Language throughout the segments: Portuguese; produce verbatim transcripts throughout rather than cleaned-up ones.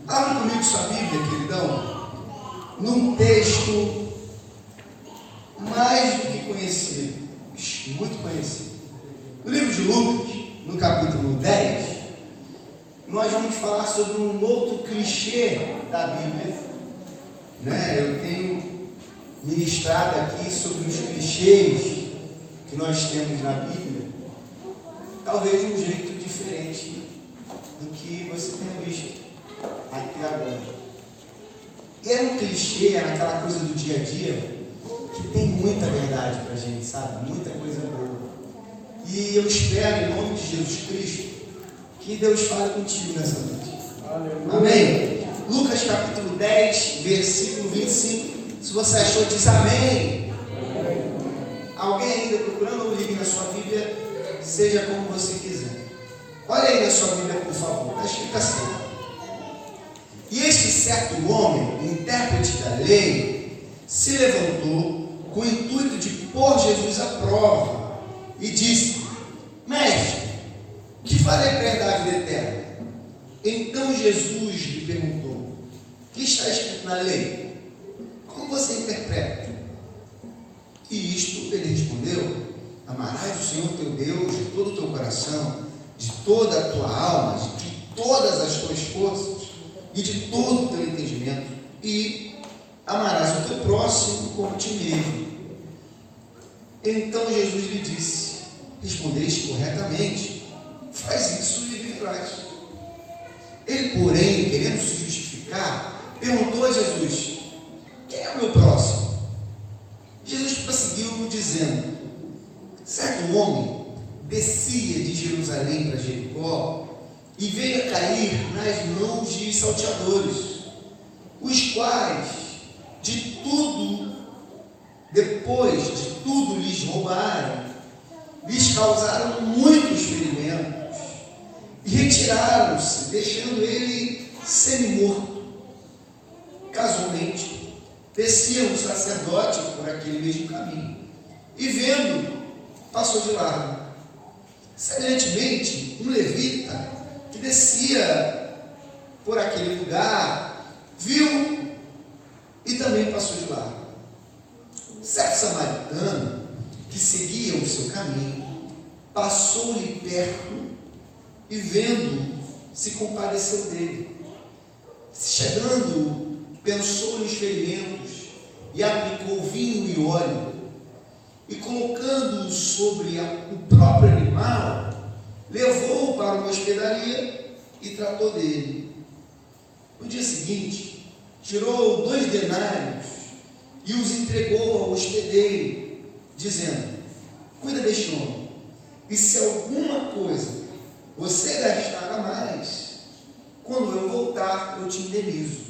Abra comigo sua Bíblia, queridão, num texto mais do que conhecido, muito conhecido. No livro de Lucas, no capítulo dez, nós vamos falar sobre um outro clichê da Bíblia. Né? Eu tenho ministrado aqui sobre os clichês que nós temos na Bíblia, talvez de um jeito diferente do que você tem visto aqui agora. E é um clichê, é aquela coisa do dia a dia que tem muita verdade pra gente, sabe? Muita coisa boa. E eu espero, em nome de Jesus Cristo, que Deus fale contigo nessa noite. Aleluia. Amém? Lucas capítulo dez, versículo vinte e cinco. Se você achou, diz amém. Amém. Alguém ainda procurando ou ligue na sua Bíblia, seja como você quiser. Olha aí na sua Bíblia, por favor. Está escrito assim: e este certo homem, intérprete da lei, se levantou com o intuito de pôr Jesus à prova e disse: mestre, que farei para herdar a vida eterna? Então Jesus lhe perguntou: o que está escrito na lei? Como você interpreta? E isto ele respondeu: amarás o Senhor teu Deus de todo o teu coração, de toda a tua alma, de todas as tuas forças e de todo o teu entendimento, e amarás o teu próximo como a ti mesmo. Então Jesus lhe disse: respondeste corretamente, faz isso e viverás. Ele, porém, querendo se justificar, perguntou a Jesus: quem é o meu próximo? Jesus prosseguiu dizendo: certo homem descia de Jerusalém para Jericó e veio a cair nas mãos de salteadores, os quais de tudo, depois de tudo lhes roubaram, lhes causaram muitos ferimentos e retiraram-se, deixando ele semi-morto. Casualmente, descia um sacerdote por aquele mesmo caminho e, vendo, passou de largo. Semelhantemente, um levita que descia por aquele lugar viu e também passou de largo. Certo samaritano que seguia o seu caminho passou-lhe perto e, vendo, se compadeceu dele. Chegando, pensou nos ferimentos e aplicou vinho e óleo, e colocando-o sobre a, o próprio animal, levou-o para uma hospedaria e tratou dele. No dia seguinte, tirou dois denários e os entregou ao hospedeiro, dizendo: cuida deste homem, e se alguma coisa você gastar a mais, quando eu voltar, eu te indenizo.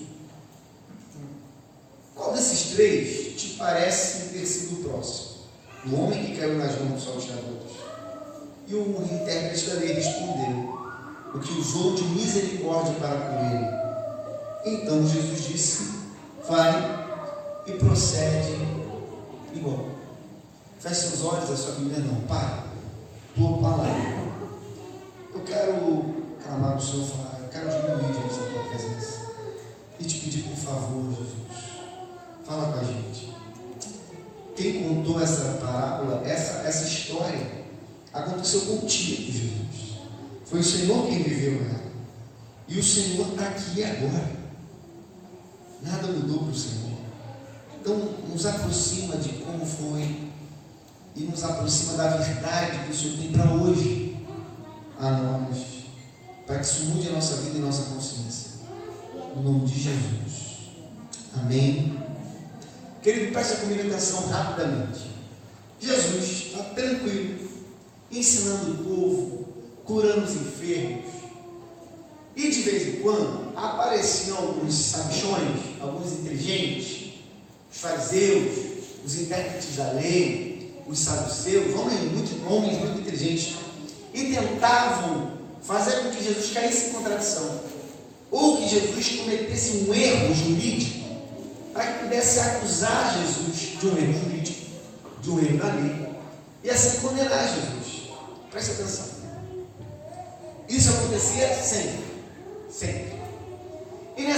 Qual desses três te parece ter sido o próximo? O homem que caiu nas mãos dos salteadores. E o intérprete da lei respondeu: o que usou de misericórdia para com ele. Então Jesus disse: vai e procede igual. Feche seus olhos, a sua Bíblia não, para. Tua palavra. Eu quero clamar no Senhor, falar, eu quero diminuir diante da tua presença e te pedir, por favor, Jesus, fala com a gente. Quem contou essa parábola, essa, essa história, aconteceu contigo, Jesus. Foi o Senhor quem viveu ela. E o Senhor está aqui agora. Nada mudou para o Senhor. Então, nos aproxima de como foi e nos aproxima da verdade que o Senhor tem para hoje a nós, para que isso mude a nossa vida e a nossa consciência. No nome de Jesus. Amém. Querido, presta comigo atenção rapidamente. Jesus está tranquilo, ensinando o povo, curando os enfermos. E de vez em quando apareciam alguns sabichões, alguns inteligentes, os fariseus, os intérpretes da lei, os saduceus, homens muito, homens muito inteligentes, e tentavam fazer com que Jesus caísse em contradição, ou que Jesus cometesse um erro jurídico, para que pudesse acusar Jesus de um erro jurídico, de um erro da lei, e assim condenar Jesus. Preste atenção. Isso acontecia sempre, sempre. E nessa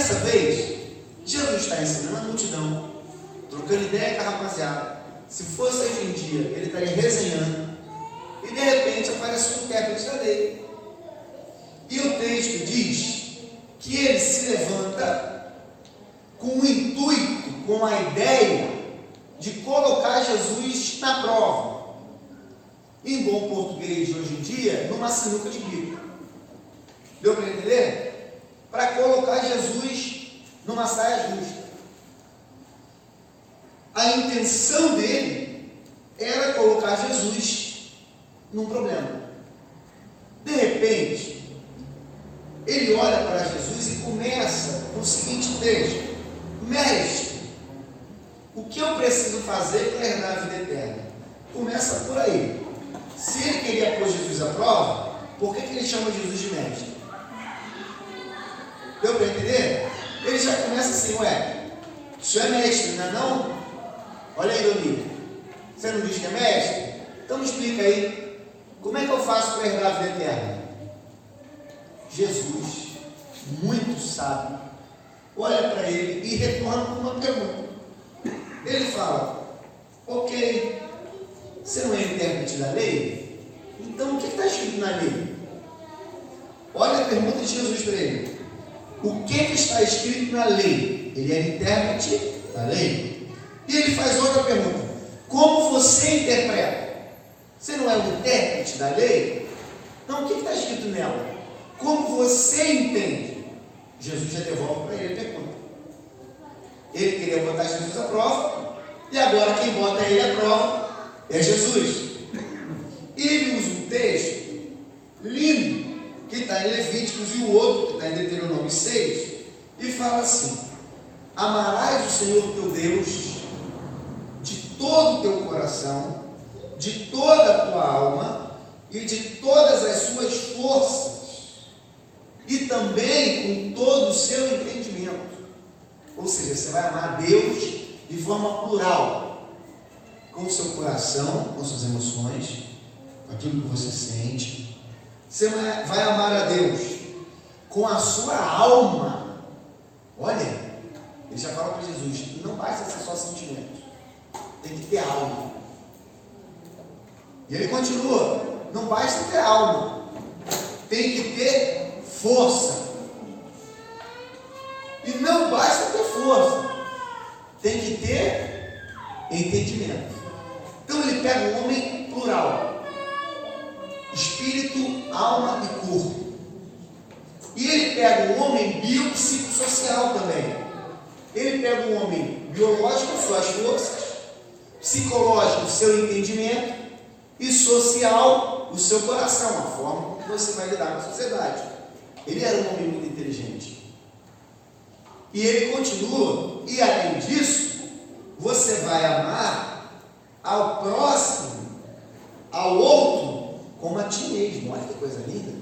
Jesus está ensinando a multidão, trocando ideia com a rapaziada. Se fosse hoje em dia, ele estaria resenhando, e de repente aparece um intérprete da lei. E o texto diz que ele se levanta com o intuito, com a ideia de colocar Jesus na prova. Em bom português de hoje em dia, numa sinuca de bico. Deu para entender? Para colocar Jesus numa saia justa. A intenção dele era colocar Jesus num problema. De repente, ele olha para Jesus e começa com o seguinte texto: Mestre, o que eu preciso fazer para herdar a vida eterna? Começa por aí. Se ele queria pôr Jesus à prova, por que, que ele chama Jesus de mestre? Deu para entender? Ele já começa assim: ué, o senhor é mestre, não é não? Olha a ironia. Você não diz que é mestre? Então me explica aí, como é que eu faço para herdar a vida eterna? Jesus, muito sábio, olha para ele e retorna com uma pergunta. Ele fala: ok, você não é intérprete da lei? Então o que está escrito na lei? Olha a pergunta de Jesus para ele: o que, que está escrito na lei? Ele é intérprete da lei. E ele faz outra pergunta: como você interpreta? Você não é o intérprete da lei? Então o que, que está escrito nela? Como você entende? Jesus já devolve para ele a pergunta. Ele queria botar Jesus à prova, e agora quem bota ele à prova é Jesus. E ele usa um texto lindo, que está em Levíticos, e o outro, que está em Deuteronômio seis, e fala assim: amarás o Senhor teu Deus de todo o teu coração, de toda a tua alma e de todas as suas forças, e também com todo o seu entendimento. Ou seja, você vai amar a Deus de forma plural, com o seu coração, com suas emoções, com aquilo que você sente. Você vai amar a Deus com a sua alma. Olha, ele já fala para Jesus: não basta ser só sentimento, tem que ter alma. E ele continua: não basta ter alma, tem que ter força. E não basta ter força, tem que ter entendimento. Então ele pega um homem plural: espírito, alma e corpo. E ele pega um homem biopsicossocial também. Ele pega um homem biológico, suas forças, psicológico, seu entendimento, e social, o seu coração, a forma como você vai lidar com a sociedade. Ele era um homem muito inteligente. E ele continua: e além disso, você vai amar ao próximo, ao outro, como a ti mesmo. Olha que coisa linda.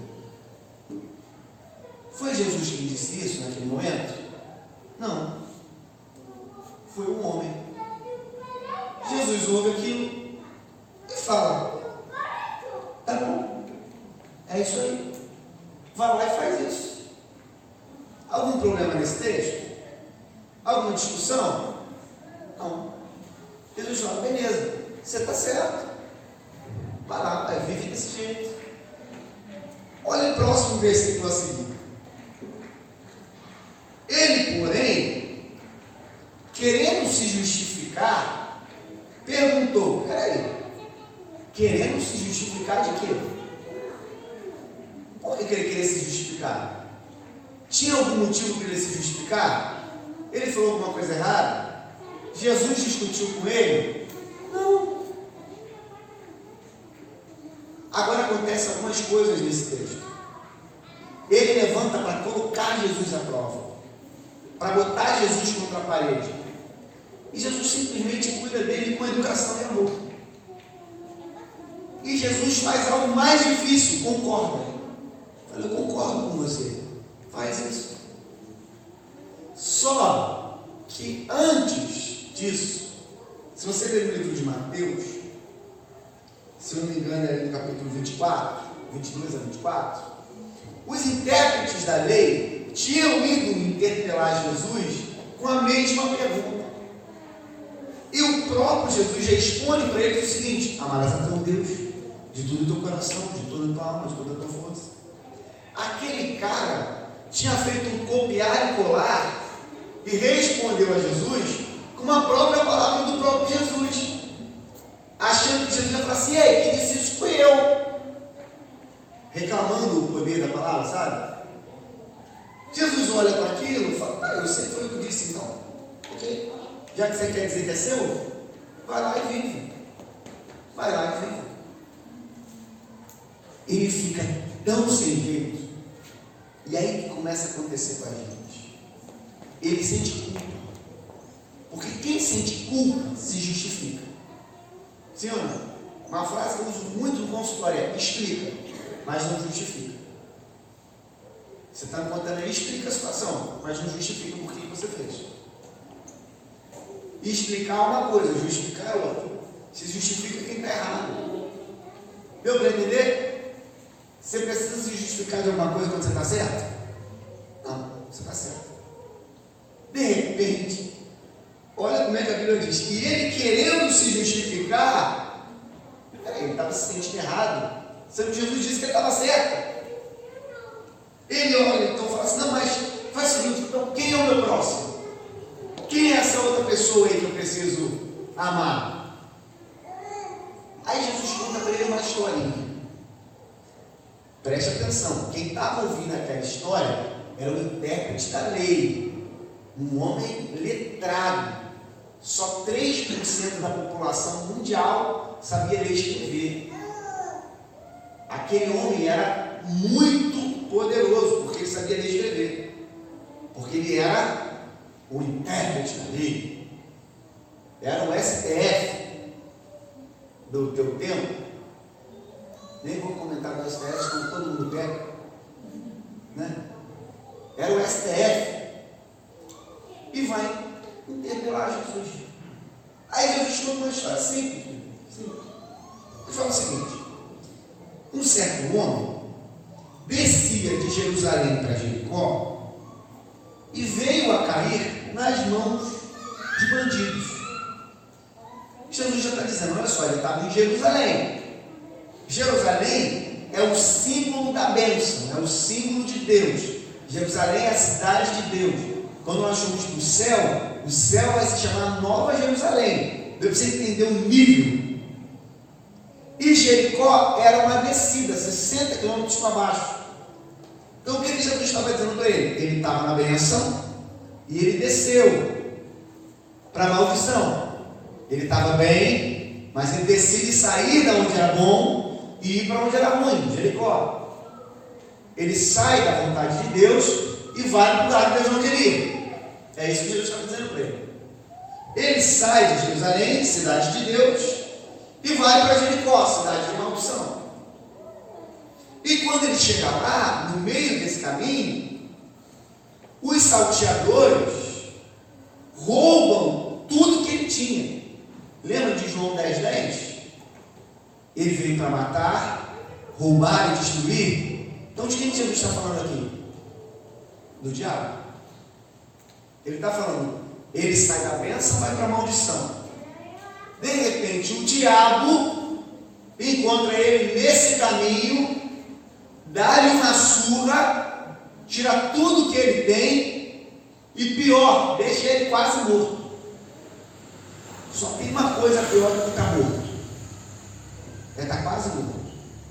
Foi Jesus que disse isso naquele momento? Não. Foi um homem. Jesus ouve aquilo e fala: tá bom, é isso aí, vai lá e faz isso. Algum problema nesse texto? Alguma discussão? Não. Jesus fala: beleza, você está certo, vai lá, vai, vive desse jeito. Olha o próximo versículo a seguir. Ele, porém, querendo se justificar, perguntou: peraí, querendo se justificar de quê? Por que ele queria se justificar? Tinha algum motivo para ele se justificar? Ele falou alguma coisa errada? Jesus discutiu com ele? Não. Agora acontecem algumas coisas nesse texto. Ele levanta para colocar Jesus à prova, para botar Jesus contra a parede. E Jesus simplesmente cuida dele com educação e amor. E Jesus faz algo mais difícil: concorda. Eu concordo com você, faz isso. Só que antes disso, se você ler no livro de Mateus, se eu não me engano é no capítulo vinte e quatro, vinte e dois a vinte e quatro, os intérpretes da lei tinham ido interpelar Jesus com a mesma pergunta. E o próprio Jesus responde para ele o seguinte: amarás a teu Deus de todo o teu coração, de toda a tua alma, de toda a tua força. Aquele cara tinha feito um copiar e colar e respondeu a Jesus com a própria palavra do próprio Jesus, achando que Jesus ia falar assim: ei, quem disse isso fui eu, reclamando o poder da palavra, sabe? Jesus olha para aquilo e fala: ah, eu sei que foi o que disse, então, ok, já que você quer dizer que é seu, vai lá e vive, vai lá e vive. Ele fica tão sem jeito, e aí que começa a acontecer com a gente, ele sente culpa, porque quem sente culpa se justifica. Sim ou não? Uma frase que eu uso muito no consultório é: explica, mas não justifica. Você está me contando aí, explica a situação, mas não justifica por que você fez. Explicar é uma coisa, justificar é outra. Se justifica quem está errado. Deu para entender? Você precisa se justificar de alguma coisa quando você está certo? Não, você está certo. De repente, olha como é que a Bíblia diz: e ele querendo se justificar, peraí, ele estava se sentindo errado, sendo que Jesus disse que ele estava certo. Ele olha, então fala assim: não, mas faz o seguinte, então quem é o meu próximo? Quem é essa outra pessoa aí que eu preciso amar? Aí Jesus conta para ele uma historinha. Preste atenção, quem estava ouvindo aquela história era o intérprete da lei, um homem letrado. Só três por cento da população mundial sabia ler e escrever. Aquele homem era muito poderoso, porque ele sabia ler e escrever, porque ele era o intérprete da lei, era o S T F do teu tempo. Nem vou comentar do S T F, como todo mundo pega, né? Era o S T F, e vai interpelar Jesus. Aí Jesus conta uma história simples, simples. Ele fala o seguinte: um certo homem descia de Jerusalém para Jericó e veio a cair nas mãos de bandidos. Jesus já está dizendo: olha só, ele estava em Jerusalém. Jerusalém é o símbolo da bênção, é o símbolo de Deus. Jerusalém é a cidade de Deus. Quando nós formos para o céu, o céu vai se chamar Nova Jerusalém. Deu para você entender o nível. E Jericó era uma descida, sessenta quilômetros para baixo. Então o que, que Jesus estava dizendo para ele? Ele estava na benção e ele desceu para a maldição. Ele estava bem, mas ele decide sair da onde era bom e ir para onde era ruim, Jericó. Ele sai da vontade de Deus e vai para o lugar que Deus não queria. É isso que Jesus estava dizendo para ele. Ele sai de Jerusalém, cidade de Deus, e vai para Jericó, cidade de maldição. E quando ele chega lá, no meio desse caminho, os salteadores roubam tudo que ele tinha. Lembra de João dez, dez? Ele veio para matar, roubar e destruir. Então de quem Jesus está falando aqui? Do diabo. Ele está falando, ele sai da bênção e vai para a maldição. De repente o diabo encontra ele nesse caminho, dá-lhe uma surra, tira tudo que ele tem e pior, deixa ele quase morto. Só tem uma coisa pior do que estar morto: é estar quase morto.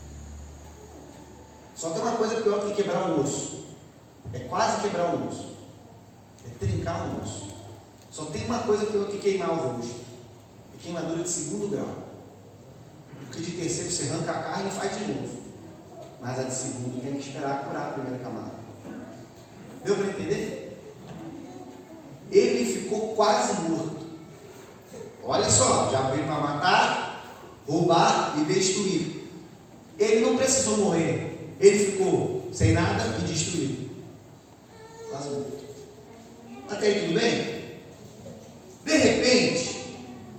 Só tem uma coisa pior do que quebrar o osso: é quase quebrar o osso, é trincar o osso. Só tem uma coisa pior do que queimar o rosto: é queimadura de segundo grau. Porque de terceiro você arranca a carne e faz de novo, mas a de segundo tem que esperar curar a primeira camada. Deu para entender? Ele ficou quase morto. Olha só, já veio para matar, roubar e destruir. Ele não precisou morrer, ele ficou sem nada e destruído. Quase morto. Até aí tudo bem? De repente,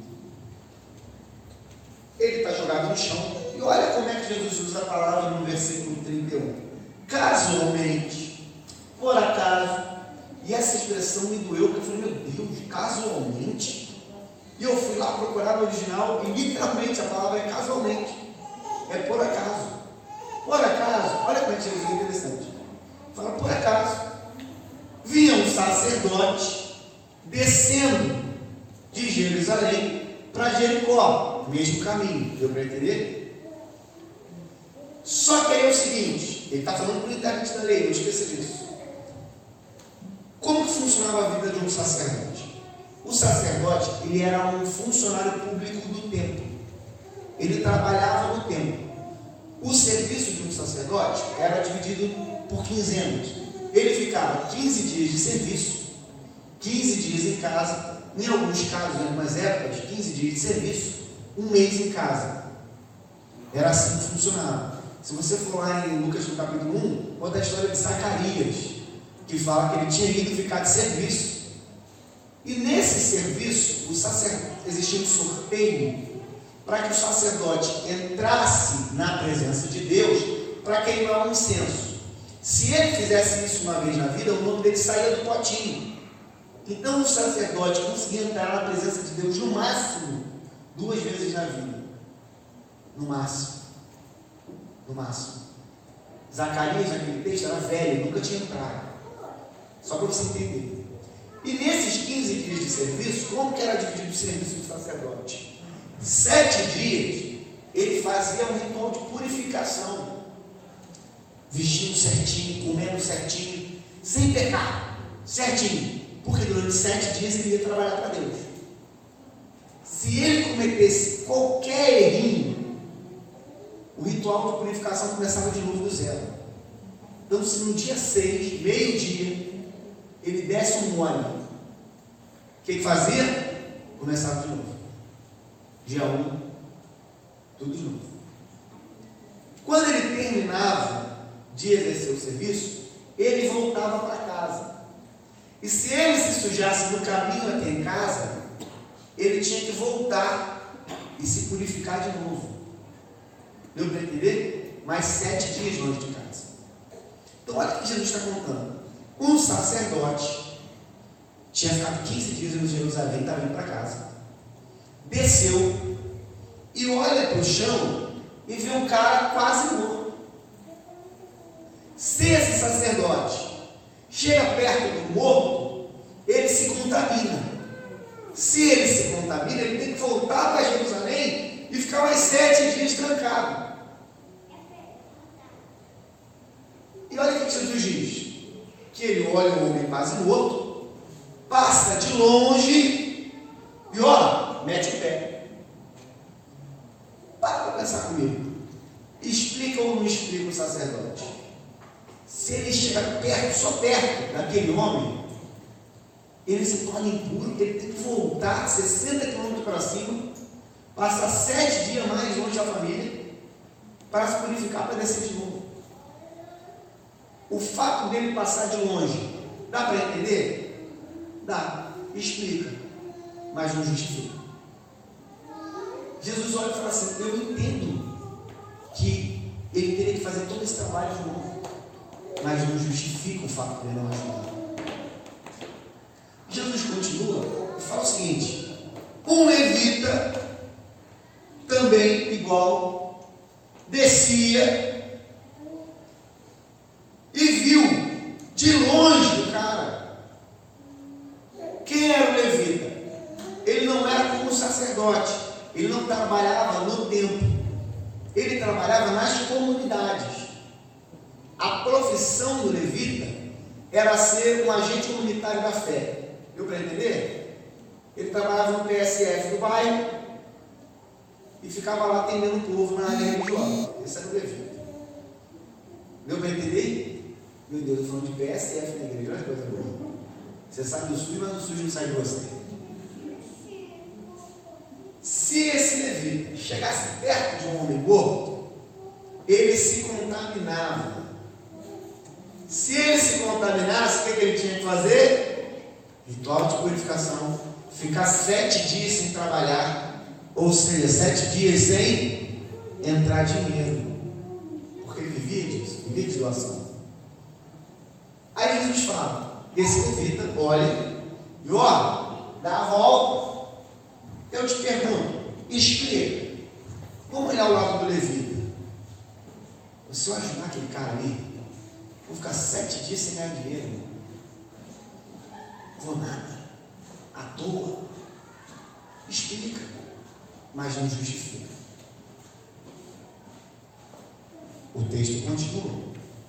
ele está jogado no chão. E olha como é que Jesus usa a palavra no versículo trinta e um. Casualmente, por acaso, e essa expressão me doeu, porque eu falei, meu Deus, casualmente? E eu fui lá procurar no original, e literalmente a palavra é casualmente, é por acaso. Por acaso, olha como é que Jesus é interessante. Fala, por acaso, vinha um sacerdote descendo de Jerusalém para Jericó, mesmo caminho, deu para entender? Só que aí é o seguinte, ele está falando por internet da lei, não esqueça disso. Como que funcionava a vida de um sacerdote? O sacerdote, ele era um funcionário público do templo. Ele trabalhava no templo. O serviço de um sacerdote era dividido por quinzenas. Ele ficava quinze dias de serviço, quinze dias em casa, em alguns casos, em algumas épocas, quinze dias de serviço, um mês em casa. Era assim que funcionava. Se você for lá em Lucas no capítulo um, conta a história de Zacarias, que fala que ele tinha ido ficar de serviço. E nesse serviço, o sacerdote, existia um sorteio para que o sacerdote entrasse na presença de Deus para queimar um incenso. Se ele fizesse isso uma vez na vida, o nome dele saía do potinho. Então o sacerdote conseguia entrar na presença de Deus no máximo duas vezes na vida. No máximo. No máximo. Zacarias, naquele texto, era velho, nunca tinha entrado. Só para você entender. E nesses quinze dias de serviço, como que era dividido o serviço do sacerdote? Sete dias, ele fazia um ritual de purificação, vestindo certinho, comendo certinho, sem pecar, certinho, porque durante sete dias ele ia trabalhar para Deus. Se ele cometesse qualquer errinho, o ritual de purificação começava de novo do zero. Então, se no dia seis, meio-dia, ele desse um mole, o que ele fazia? Começava de novo. Dia um, tudo de novo. Quando ele terminava de exercer o serviço, ele voltava para casa. E se ele se sujasse no caminho até em casa, ele tinha que voltar e se purificar de novo. Deu para entender? Mais sete dias longe de casa. Então olha o que Jesus está contando. Um sacerdote tinha ficado quinze dias em Jerusalém, estava indo para casa. Desceu e olha para o chão e vê um cara quase morto. Se esse sacerdote chega perto do morto, ele se contamina. Se ele se contamina, ele tem que voltar para Jerusalém e ficar mais sete dias trancado. E olha o que Jesus diz: que ele olha o homem quase morto, passa de longe e ó, mete o pé. Para para pensar comigo. Explica ou não explica o sacerdote? Se ele chega perto, só perto daquele homem, ele se torna impuro, ele tem que voltar sessenta quilômetros para cima, passar sete dias mais longe da família, para se purificar, para descer de novo. O fato dele passar de longe, dá para entender? Dá, explica, mas não justifica. Jesus olha e fala assim: eu entendo que ele teria que fazer todo esse trabalho de novo, mas não justifica o fato dele não ajudar. Jesus continua e fala o seguinte: um levita também igual descia e viu de longe o cara. Quem era o levita? Ele não era como um sacerdote, ele não trabalhava no templo, ele trabalhava nas comunidades. A profissão do levita era ser um agente comunitário da fé. Deu para entender? Ele trabalhava no P S F do bairro e ficava lá atendendo o povo na área religiosa. Esse era o levita. Deu para entender? Meu Deus, eu estou falando de P S F na igreja, olha que coisa boa. Você sai do sujo, mas do sujo não sai de você. Se esse levita chegasse perto de um homem morto, ele se contaminava. Se ele se contaminasse, o que, que ele tinha que fazer? Ritual de purificação. Ficar sete dias sem trabalhar, ou seja, sete dias sem entrar dinheiro, porque ele vivia disso, vivia de doação. Aí Jesus fala: esse levita olha e olha, dá a volta. Eu te pergunto, explica. Vamos olhar o lado do levita. Se eu ajudar aquele cara ali, vou ficar sete dias sem ganhar dinheiro. Não vou nada. À toa. Explica, mas não justifica. O texto continua.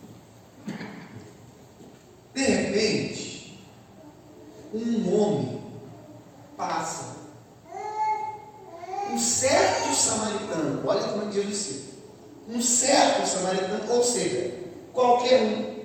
De repente, um homem passa. Um certo samaritano, olha como é que Jesus cita. Um certo samaritano, ou seja, qualquer um,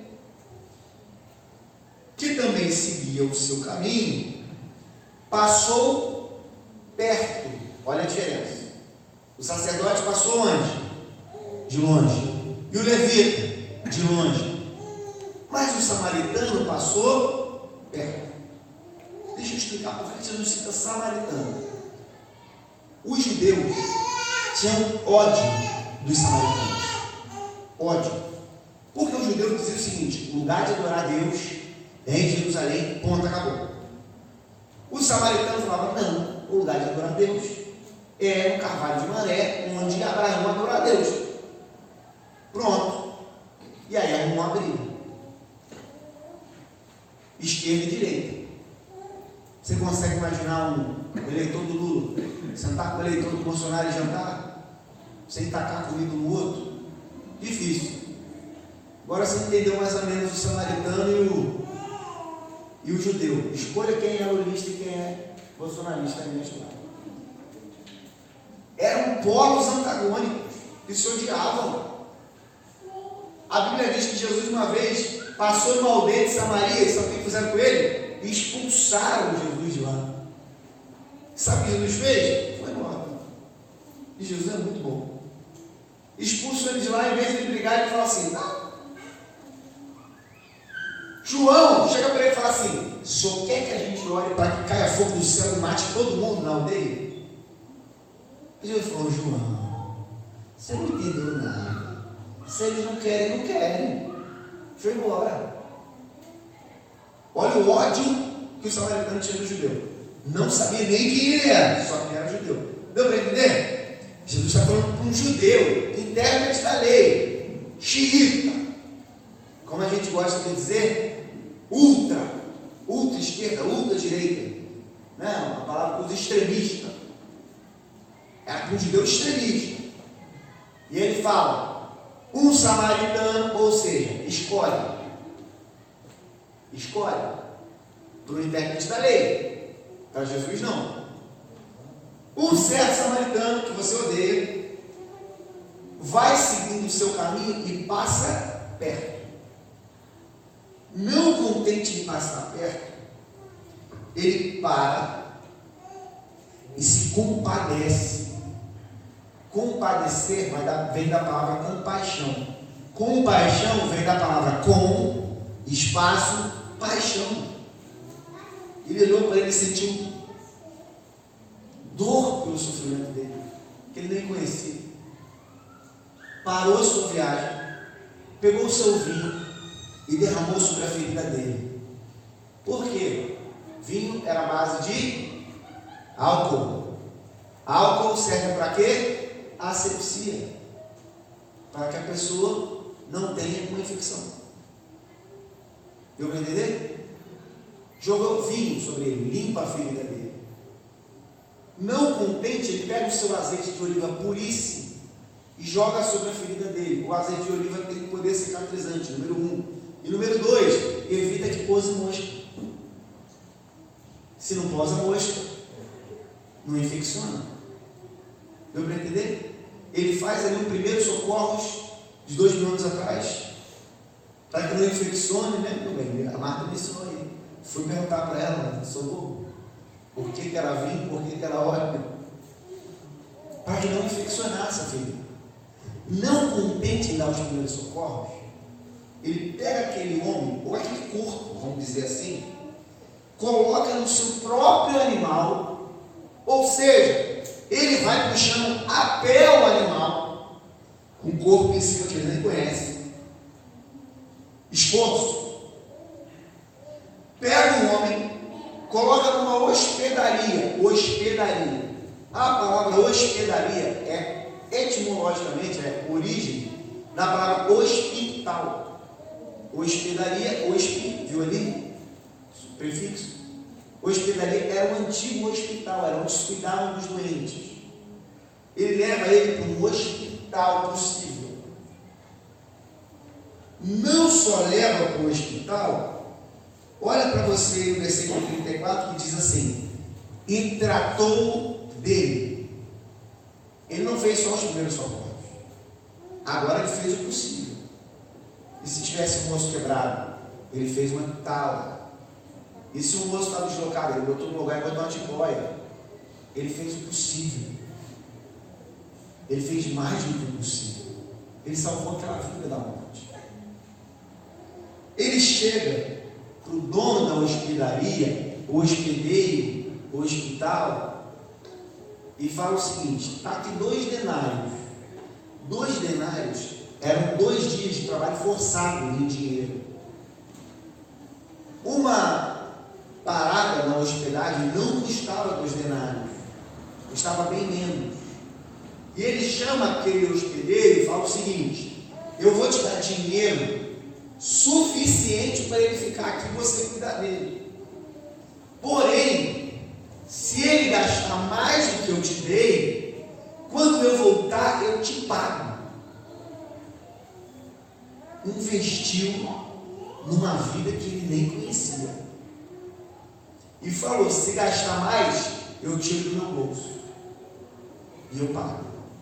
que também seguia o seu caminho, passou perto. Olha a diferença. O sacerdote passou onde? De longe. E o levita? De longe. Mas o samaritano passou perto. Deixa eu explicar por que Jesus cita samaritano. Os judeus tinham ódio dos samaritanos. Ódio. Porque os judeus diziam o seguinte: o lugar de adorar a Deus é em Jerusalém, ponto, acabou. Os samaritanos falavam: não, o lugar de adorar a Deus é no Carvalho de Maré, onde Abraão adorou a Deus. Pronto. E aí arrumou uma briga. Esquerda e direita. Você consegue imaginar um eleitor do Lula sentar com o eleitor do Bolsonaro e jantar? Sem tacar comida no outro? Difícil. Agora você entendeu mais ou menos o samaritano e o, e o judeu. Escolha quem é lulista e quem é bolsonarista aí neste lado. Eram polos antagônicos que se odiavam. A Bíblia diz que Jesus uma vez passou numa aldeia de Samaria, e sabe o que fizeram com ele? Expulsaram Jesus de lá. Sabe o que Jesus fez? Foi embora. E Jesus é muito bom. Expulsou ele de lá, em vez de ele brigar, ele fala assim: tá. João chega para ele e fala assim: o senhor quer que a gente ore para que caia fogo do céu e mate todo mundo na aldeia? E Jesus falou: João, você não entendeu nada. Se eles não querem, não querem. Deixa eu ir embora. Olha o ódio que o samaritano tinha do judeu. Não sabia nem quem ele era, só que era judeu. Deu para entender? Jesus está falando com um judeu, intérprete da lei, xiita, como a gente gosta de dizer, ultra, ultra esquerda, ultra direita, né? Uma palavra para os extremistas. Era um judeu extremista. E ele fala: um samaritano, ou seja, escolhe. Escolhe. Para o intérprete da lei. Para Jesus não. Um certo samaritano que você odeia vai seguindo o seu caminho e passa perto. Não contente em passar perto, ele para e se compadece. Compadecer vai da, vem da palavra compaixão. Compaixão vem da palavra com, espaço, paixão. Ele olhou para ele e sentiu dor pelo sofrimento dele, que ele nem conhecia. Parou a sua viagem, pegou o seu vinho e derramou sobre a ferida dele. Por quê? Vinho era a base de álcool. Álcool serve para quê? Asepsia. Para que a pessoa não tenha uma infecção. Deu para entender? Jogou vinho sobre ele, limpa a ferida dele. Não contente, ele pega o seu azeite de oliva puríssimo e joga sobre a ferida dele. O azeite de oliva tem poder cicatrizante, número um. E número dois, evita que pouse mosca. Se não posa mosca, não infecciona. Deu para entender? Ele faz ali um primeiro socorros de dois mil anos atrás, para que não infeccione, né? Tudo bem, a Marta me ensinou aí. Fui perguntar para ela: socorro, por que, que era vinho, por que, que era óleo? Para que não infeccionasse a ferida. Não contente em dar os primeiros socorros, ele pega aquele homem, ou aquele corpo, vamos dizer assim, coloca no seu próprio animal, ou seja, ele vai puxando a pé o animal, com o corpo em cima que ele nem conhece, esforço. pega um homem, coloca numa hospedaria, hospedaria. A palavra hospedaria é, etimologicamente, é origem da palavra hospital. Hospedaria, hospi, viu ali? Prefixo. Hospedaria era um antigo hospital, era onde se cuidavam dos doentes. Ele leva ele para um hospital possível. Não só leva para o hospital, olha para você no versículo trinta e quatro que diz assim: e tratou dele. Ele não fez só os primeiros socorros, agora ele fez o possível. E se tivesse um osso quebrado, ele fez uma tala. E se um osso estava deslocado, ele botou no lugar e botou uma tiboia. Ele fez o possível. Ele fez mais do que o possível. Ele salvou aquela vida da morte. Ele chega para o dono da hospedaria, o hospedeiro, o hospital, e fala o seguinte: está aqui dois denários. Dois denários eram dois dias de trabalho forçado em dinheiro. Uma parada na hospedagem não custava dois denários, custava bem menos. E ele chama aquele hospedeiro e fala o seguinte: eu vou te dar dinheiro suficiente para ele ficar aqui e você cuidar dele. Porém, se ele gastar mais do que eu te dei, quando eu voltar eu te pago. Investiu numa vida que ele nem conhecia. E falou: se gastar mais, eu tiro do meu bolso e eu pago.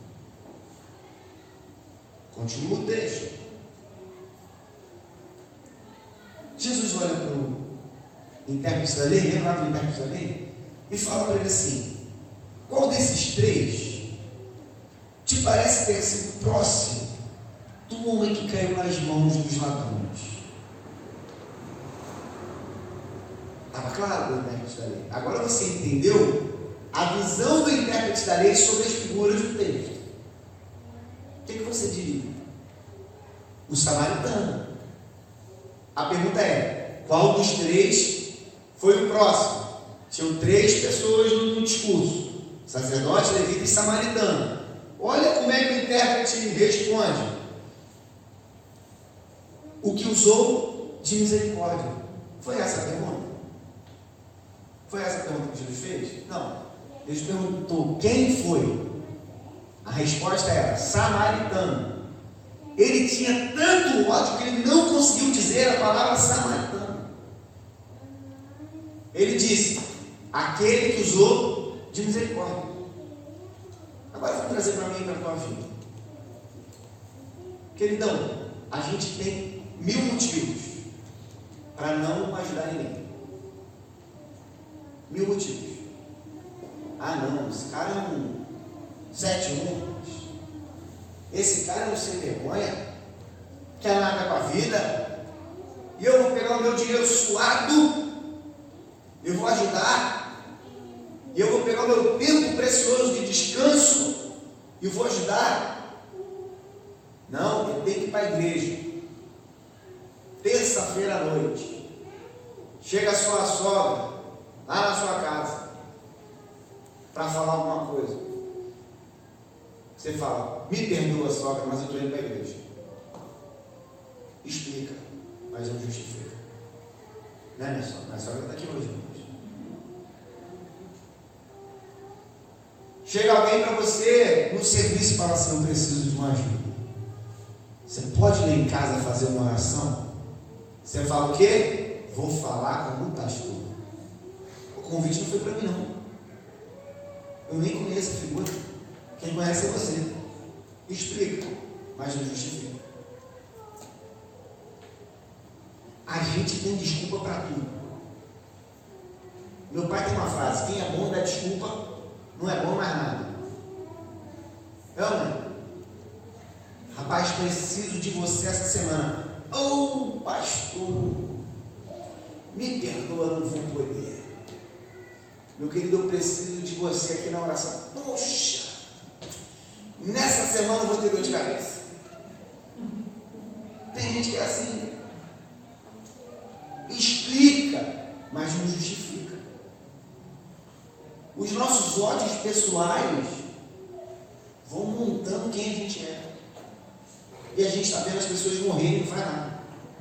Continua o texto. Jesus olha para o intérprete da lei, lembra do intérprete da lei? E fala para ele assim: qual desses três te parece ter sido próximo do homem que caiu nas mãos dos ladrões? Estava claro o intérprete da lei? Agora você entendeu a visão do intérprete da lei sobre as figuras do texto. O que, que você diria? O samaritano. A pergunta é: qual dos três foi o próximo? Tinham três pessoas no, no discurso: sacerdote, levita e samaritano. Olha como é que o intérprete responde: o que usou de misericórdia. Foi essa a pergunta? Foi essa a pergunta que Jesus fez? Não. Jesus perguntou: quem foi? A resposta era: samaritano. Ele tinha tanto ódio que ele não conseguiu dizer a palavra samaritano. Ele disse: aquele que usou de misericórdia. Agora vou trazer para mim e para a tua vida. Queridão, a gente tem mil motivos para não ajudar ninguém. Mil motivos. Ah não, esse cara é um sete um. Esse cara não sem vergonha, quer nada com a vida, e eu vou pegar o meu dinheiro suado, eu vou ajudar, e eu vou pegar o meu tempo precioso de descanso, e vou ajudar. Não, eu tenho que ir para a igreja, terça-feira à noite, chega a sua sogra, lá na sua casa, para falar alguma coisa. Você fala: me perdoa, sogra, mas eu estou indo para a igreja. Explica, mas não justifica. Não é, minha sogra? Minha sogra está aqui hoje. Chega alguém para você no serviço e fala assim: eu preciso de uma ajuda. Você pode ir lá em casa fazer uma oração? Você fala o quê? Vou falar com o pastor. O convite não foi para mim, não. Eu nem conheço a figura. Quem conhece é você. Explica, mas não justifica. A gente tem desculpa para tudo. Meu pai tem uma frase: quem é bom dá desculpa, não é bom mais nada. Eu não. Rapaz, preciso de você essa semana. Oh, pastor, me perdoa, não vou poder. Meu querido, eu preciso de você aqui na oração. Poxa, nessa semana eu vou ter dor de cabeça. Tem gente que é assim. Explica, Os nossos ódios pessoais vão montando quem a gente é. E a gente está vendo as pessoas morrerem e não faz nada.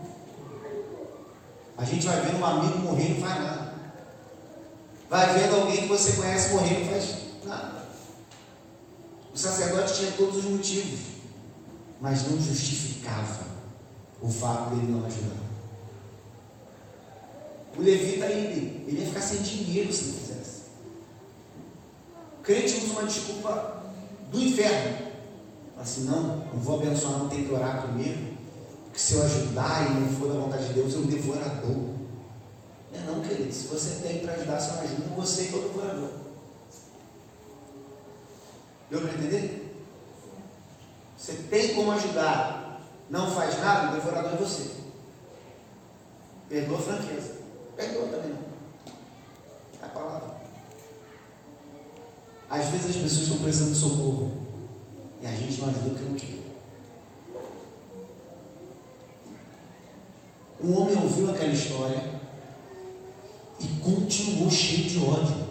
A gente vai vendo um amigo morrer e não faz nada. Vai vendo alguém que você conhece morrer e não faz nada. O sacerdote tinha todos os motivos, mas não justificava o fato dele não ajudar. O levita, ele, ele ia ficar sem dinheiro se não fizesse. O crente usa uma desculpa do inferno. Fala assim, não, não vou abençoar, não tem que orar primeiro, porque se eu ajudar e não for da vontade de Deus, eu devorador. Não é não, querido, se você tem para ajudar, você ajuda, você que é o devorador. Deu para entender? Você tem como ajudar, não faz nada, o devorador é você. Perdoa a franqueza. Perdoa também não. É a palavra. Às vezes as pessoas estão precisando de socorro e a gente não ajuda porque não quer. Um homem ouviu aquela história e continuou cheio de ódio.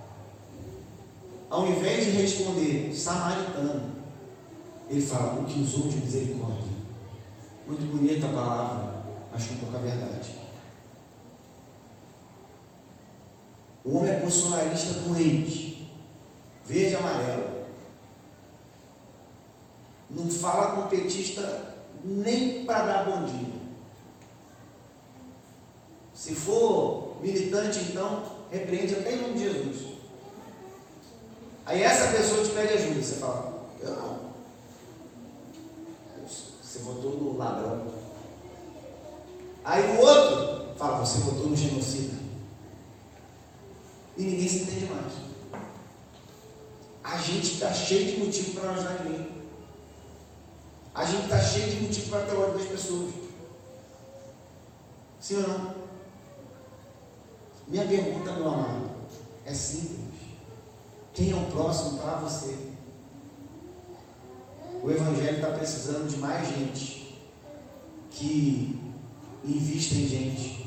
Ao invés de responder samaritano, ele fala o que usou de misericórdia. Muito bonita a palavra, mas com pouca verdade. O homem é bolsonarista doente, verde e amarelo. Não fala com o petista nem para dar bom dia. Se for militante, então, repreende até em nome de Jesus. Aí essa pessoa te pede ajuda, você fala, eu não. Você votou no ladrão. Aí o outro fala, você votou no genocida. E ninguém se entende mais. A gente está cheio de motivo para não ajudar ninguém. A gente está cheio de motivo para ter ódio das pessoas. Sim ou não? Minha pergunta, meu amado, é simples. Quem é o próximo para você? O Evangelho está precisando de mais gente que invista em gente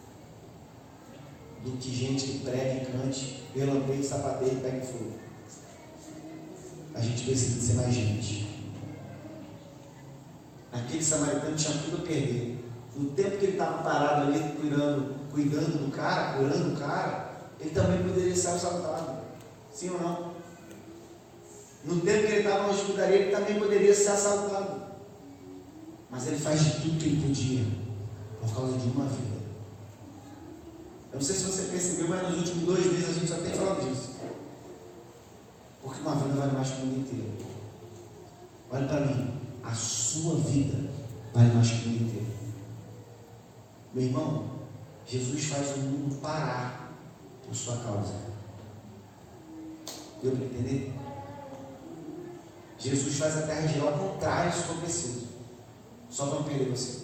do que gente que prega e cante, relampeie, sapateie e pegue fogo. A gente precisa de ser mais gente. Aquele samaritano tinha tudo a perder. No tempo que ele estava parado ali, cuidando, cuidando do cara, curando o cara, ele também poderia ser assaltado. Sim ou não? No tempo que ele estava na hospedaria, ele também poderia ser assaltado. Mas ele faz de tudo que ele podia, por causa de uma vida. Eu não sei se você percebeu, mas nos últimos dois meses a gente só tem falado disso. Porque uma vida vale mais que o mundo inteiro. Olha para mim, a sua vida vale mais que o mundo inteiro. Meu irmão, Jesus faz o mundo parar por sua causa. Deu para entender? Jesus faz a terra girar ao contrário se for preciso, só para não perder você,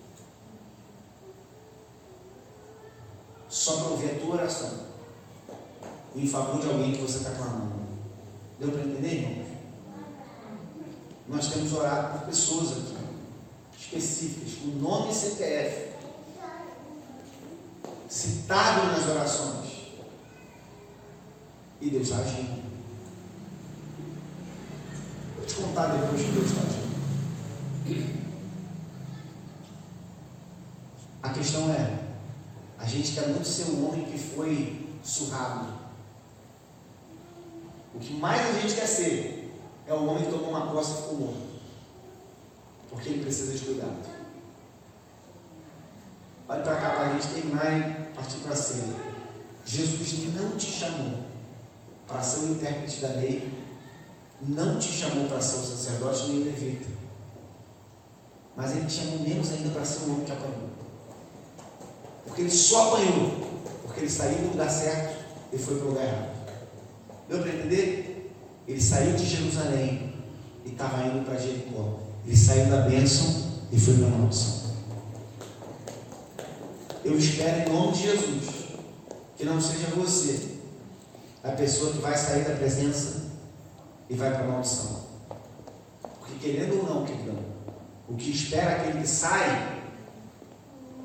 só para ouvir a tua oração em favor de alguém que você está clamando. Deu para entender, irmãos? Nós temos orado por pessoas aqui específicas, com nome e C P F citado nas orações, e Deus está agindo. Vou te contar depois que Deus está agindo. A questão é, a gente quer muito ser um homem que foi surrado. O que mais a gente quer ser é o homem que tomou uma coça e ficou morto, porque ele precisa de cuidado. Olha para cá para a gente terminar e partir para a ceia. Jesus não te chamou para ser o intérprete da lei, não te chamou para ser o sacerdote nem o levita, mas ele te chamou menos ainda para ser o homem que apanhou, porque ele só apanhou porque ele saiu do lugar certo e foi para o lugar errado. Deu para entender? Ele saiu de Jerusalém e estava indo para Jericó. Ele saiu da bênção e foi para a maldição. Eu espero em nome de Jesus que não seja você a pessoa que vai sair da presença e vai para a maldição. Porque querendo ou não, queridão, o que espera aquele que sai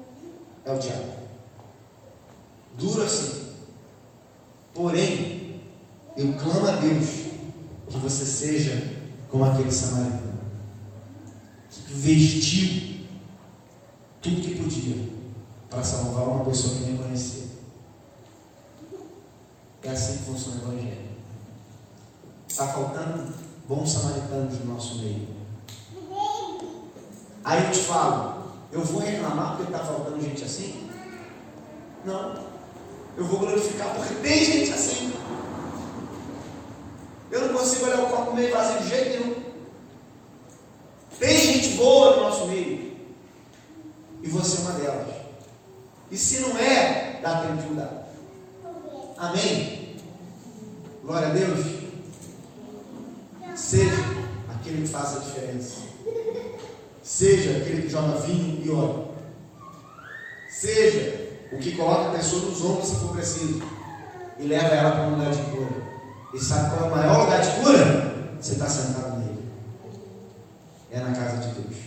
é o diabo. Duro assim. Porém, Eu clamo a Deus que você seja como aquele samaritano, que vestiu tudo que podia para salvar uma pessoa que nem conhecia. É assim que funciona o Evangelho. Está faltando bons samaritanos no nosso meio. Aí eu te falo, eu vou reclamar porque está faltando gente assim? Não. Eu vou glorificar porque tem gente assim. Eu não consigo olhar o copo meio vazio de jeito nenhum. Tem gente boa no nosso meio. E você é uma delas. E se não é, dá tempo de mudar. Amém? Glória a Deus. Seja aquele que faz a diferença. Seja aquele que joga vinho e óleo. Seja o que coloca a pessoa nos ombros se for preciso e leva ela para um lugar de cura. E sabe qual é o maior lugar de cura? Você está sentado nele. É na casa de Deus.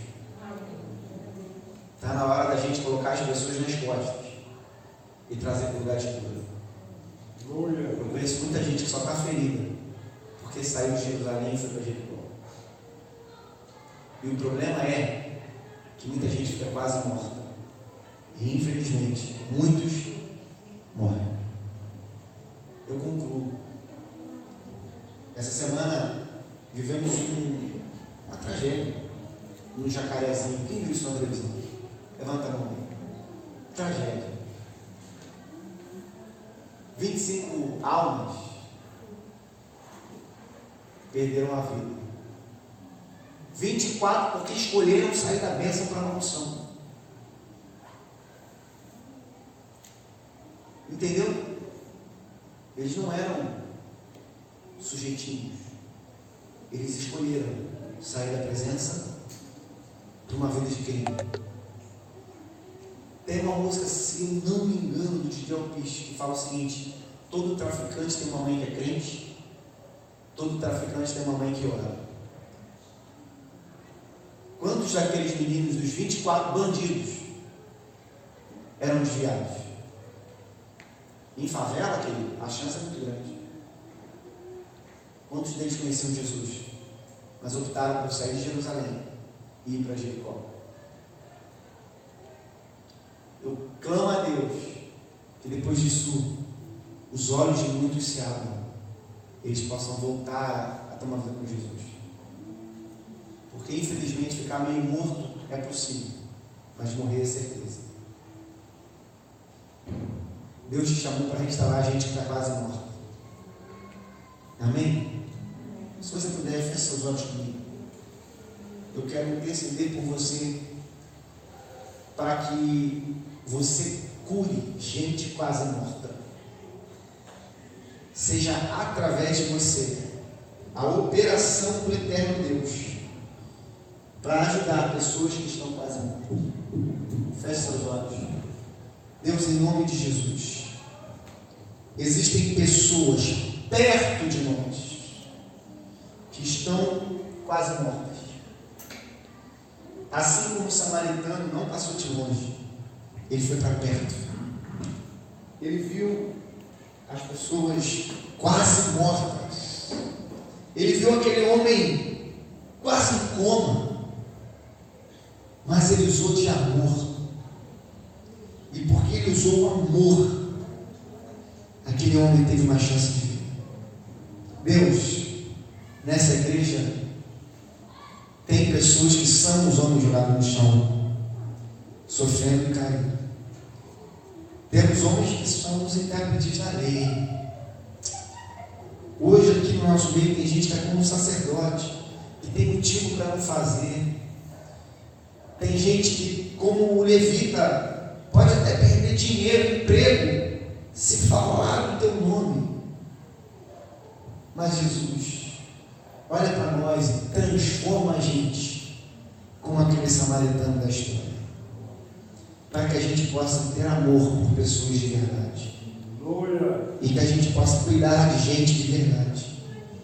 Está na hora da gente colocar as pessoas nas costas e trazer para o lugar de cura. Eu conheço muita gente que só está ferida porque saiu de Jerusalém e foi para Jericó. E o problema é que muita gente fica quase morta. E infelizmente, muitos morrem. Eu concluo. Essa semana vivemos um, uma tragédia no Jacarezinho. Quem viu isso na televisão? Levanta a mão aí. Tragédia. vinte e cinco almas perderam a vida. vinte e quatro porque escolheram sair da bênção para a maldição. Entendeu? Eles não eram sujeitinhos. Eles escolheram sair da presença para uma vida de crime. Tem uma música, se eu não me engano, do Didi Alpiste, que fala o seguinte: todo traficante tem uma mãe que é crente, todo traficante tem uma mãe que ora. Quantos daqueles meninos, dos vinte e quatro bandidos, eram desviados? Em favela, querido, a chance é muito grande. Quantos deles conheciam Jesus, mas optaram por sair de Jerusalém e ir para Jericó? Eu clamo a Deus que depois disso os olhos de muitos se abram, eles possam voltar a tomar vida com Jesus. Porque infelizmente ficar meio morto é possível, mas morrer é certeza. Deus te chamou para restaurar a gente que está quase morta. Amém? Se você puder, feche seus olhos comigo. Eu quero interceder por você para que você cure gente quase morta. Seja através de você a operação do eterno Deus para ajudar pessoas que estão quase mortas. Feche seus olhos. Deus, em nome de Jesus, existem pessoas perto de nós que estão quase mortas. Assim como o samaritano não passou de longe, ele foi para perto. Ele viu as pessoas quase mortas. Ele viu aquele homem quase em coma, mas ele usou de amor. E porque ele usou o amor, aquele homem teve uma chance de vida. Deus, nessa igreja tem pessoas que são os homens jogados no chão, sofrendo e caindo. Temos homens que são os intérpretes da lei. Hoje aqui no nosso meio tem gente que é como um sacerdote, que tem motivo para não fazer. Tem gente que, como o levita, pode até perder dinheiro, emprego, se falar o teu nome. Mas Jesus, olha para nós e transforma a gente como aquele samaritano da história, para que a gente possa ter amor por pessoas de verdade. E que a gente possa cuidar de gente de verdade.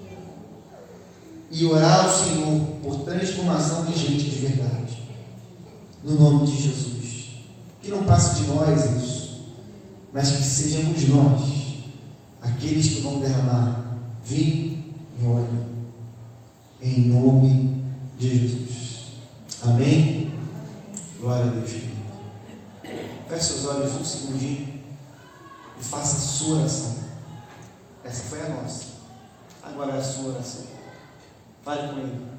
E orar ao Senhor por transformação de gente de verdade. No nome de Jesus. Que não passe de nós isso, mas que sejamos nós aqueles que vão derramar vim e olha, em nome de Jesus. Amém? Glória a Deus. Feche seus olhos um segundinho e faça a sua oração. Essa foi a nossa. Agora é a sua oração. Fale com Ele.